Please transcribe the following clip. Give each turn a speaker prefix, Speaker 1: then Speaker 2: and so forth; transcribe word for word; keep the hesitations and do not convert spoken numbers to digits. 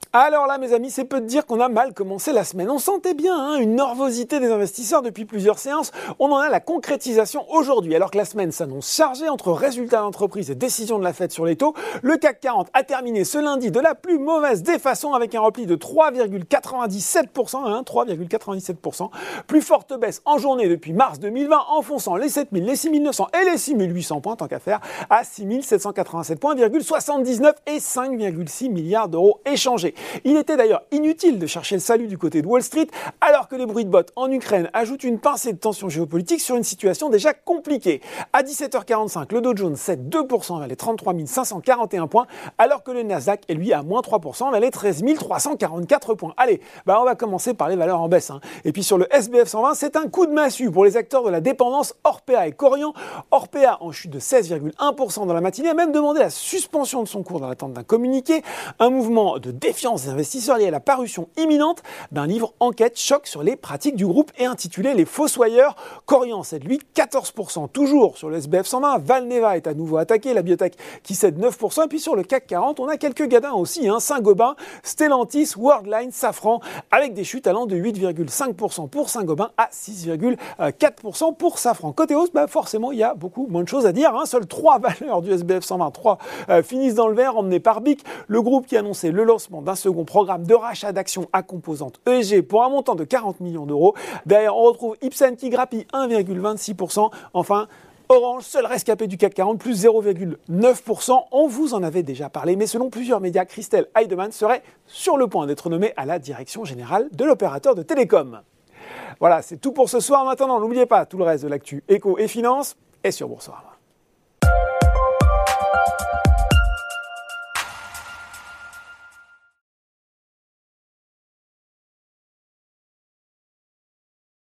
Speaker 1: Alors là, mes amis, c'est peu de dire qu'on a mal commencé la semaine. On sentait bien hein, une nervosité des investisseurs depuis plusieurs séances. On en a la concrétisation aujourd'hui. Alors que la semaine s'annonce chargée entre résultats d'entreprise et décisions de la Fed sur les taux, le C A C quarante a terminé ce lundi de la plus mauvaise des façons avec un repli de trois virgule quatre-vingt-dix-sept pour cent, hein, trois virgule quatre-vingt-dix-sept pour cent. Plus forte baisse en journée depuis mars deux mille vingt, enfonçant les sept mille, les six mille neuf cents et les six mille huit cents points, tant qu'à faire, à six mille sept cent quatre-vingt-sept points, soixante-dix-neuf et cinq virgule six milliards d'euros échangés. Il était d'ailleurs inutile de chercher le salut du côté de Wall Street, alors que les bruits de bottes en Ukraine ajoutent une pincée de tension géopolitique sur une situation déjà compliquée. À dix-sept heures quarante-cinq, le Dow Jones cède deux pour cent vers les trente-trois mille cinq cent quarante et un points, alors que le Nasdaq est lui à moins trois pour cent vers les treize mille trois cent quarante-quatre points. Allez, bah on va commencer par les valeurs en baisse. Hein. Et puis sur le S B F cent vingt, c'est un coup de massue pour les acteurs de la dépendance Orpea et Corian. Orpea en chute de seize virgule un pour cent dans la matinée a même demandé la suspension de son cours dans l'attente d'un communiqué, un mouvement de défiance des investisseurs lié à la parution imminente d'un livre enquête choc sur les pratiques du groupe et intitulé Les Fossoyeurs. Corian cède lui quatorze pour cent, toujours sur le S B F cent vingt. Valneva est à nouveau attaqué, la biotech qui cède neuf pour cent. Et puis sur le C A C quarante, on a quelques gadins aussi, hein, Saint-Gobain, Stellantis, Worldline, Safran, avec des chutes allant de huit virgule cinq pour cent pour Saint-Gobain à six virgule quatre pour cent pour Safran. Côté hausse, bah forcément, il y a beaucoup moins de choses à dire. Hein. Seules trois valeurs du S B F cent vingt, trois euh, finissent dans le vert, emmenées par B I C, le groupe qui annonçait le lancement d'un second programme de rachat d'actions à composante E S G pour un montant de quarante millions d'euros. Derrière, on retrouve Ipsen qui grappille un virgule vingt-six pour cent. Enfin, Orange, seul rescapé du C A C quarante, plus zéro virgule neuf pour cent. On vous en avait déjà parlé, mais selon plusieurs médias, Christel Heidemann serait sur le point d'être nommée à la direction générale de l'opérateur de télécom. Voilà, c'est tout pour ce soir. Maintenant, n'oubliez pas, tout le reste de l'actu éco et finance est sur Boursorama.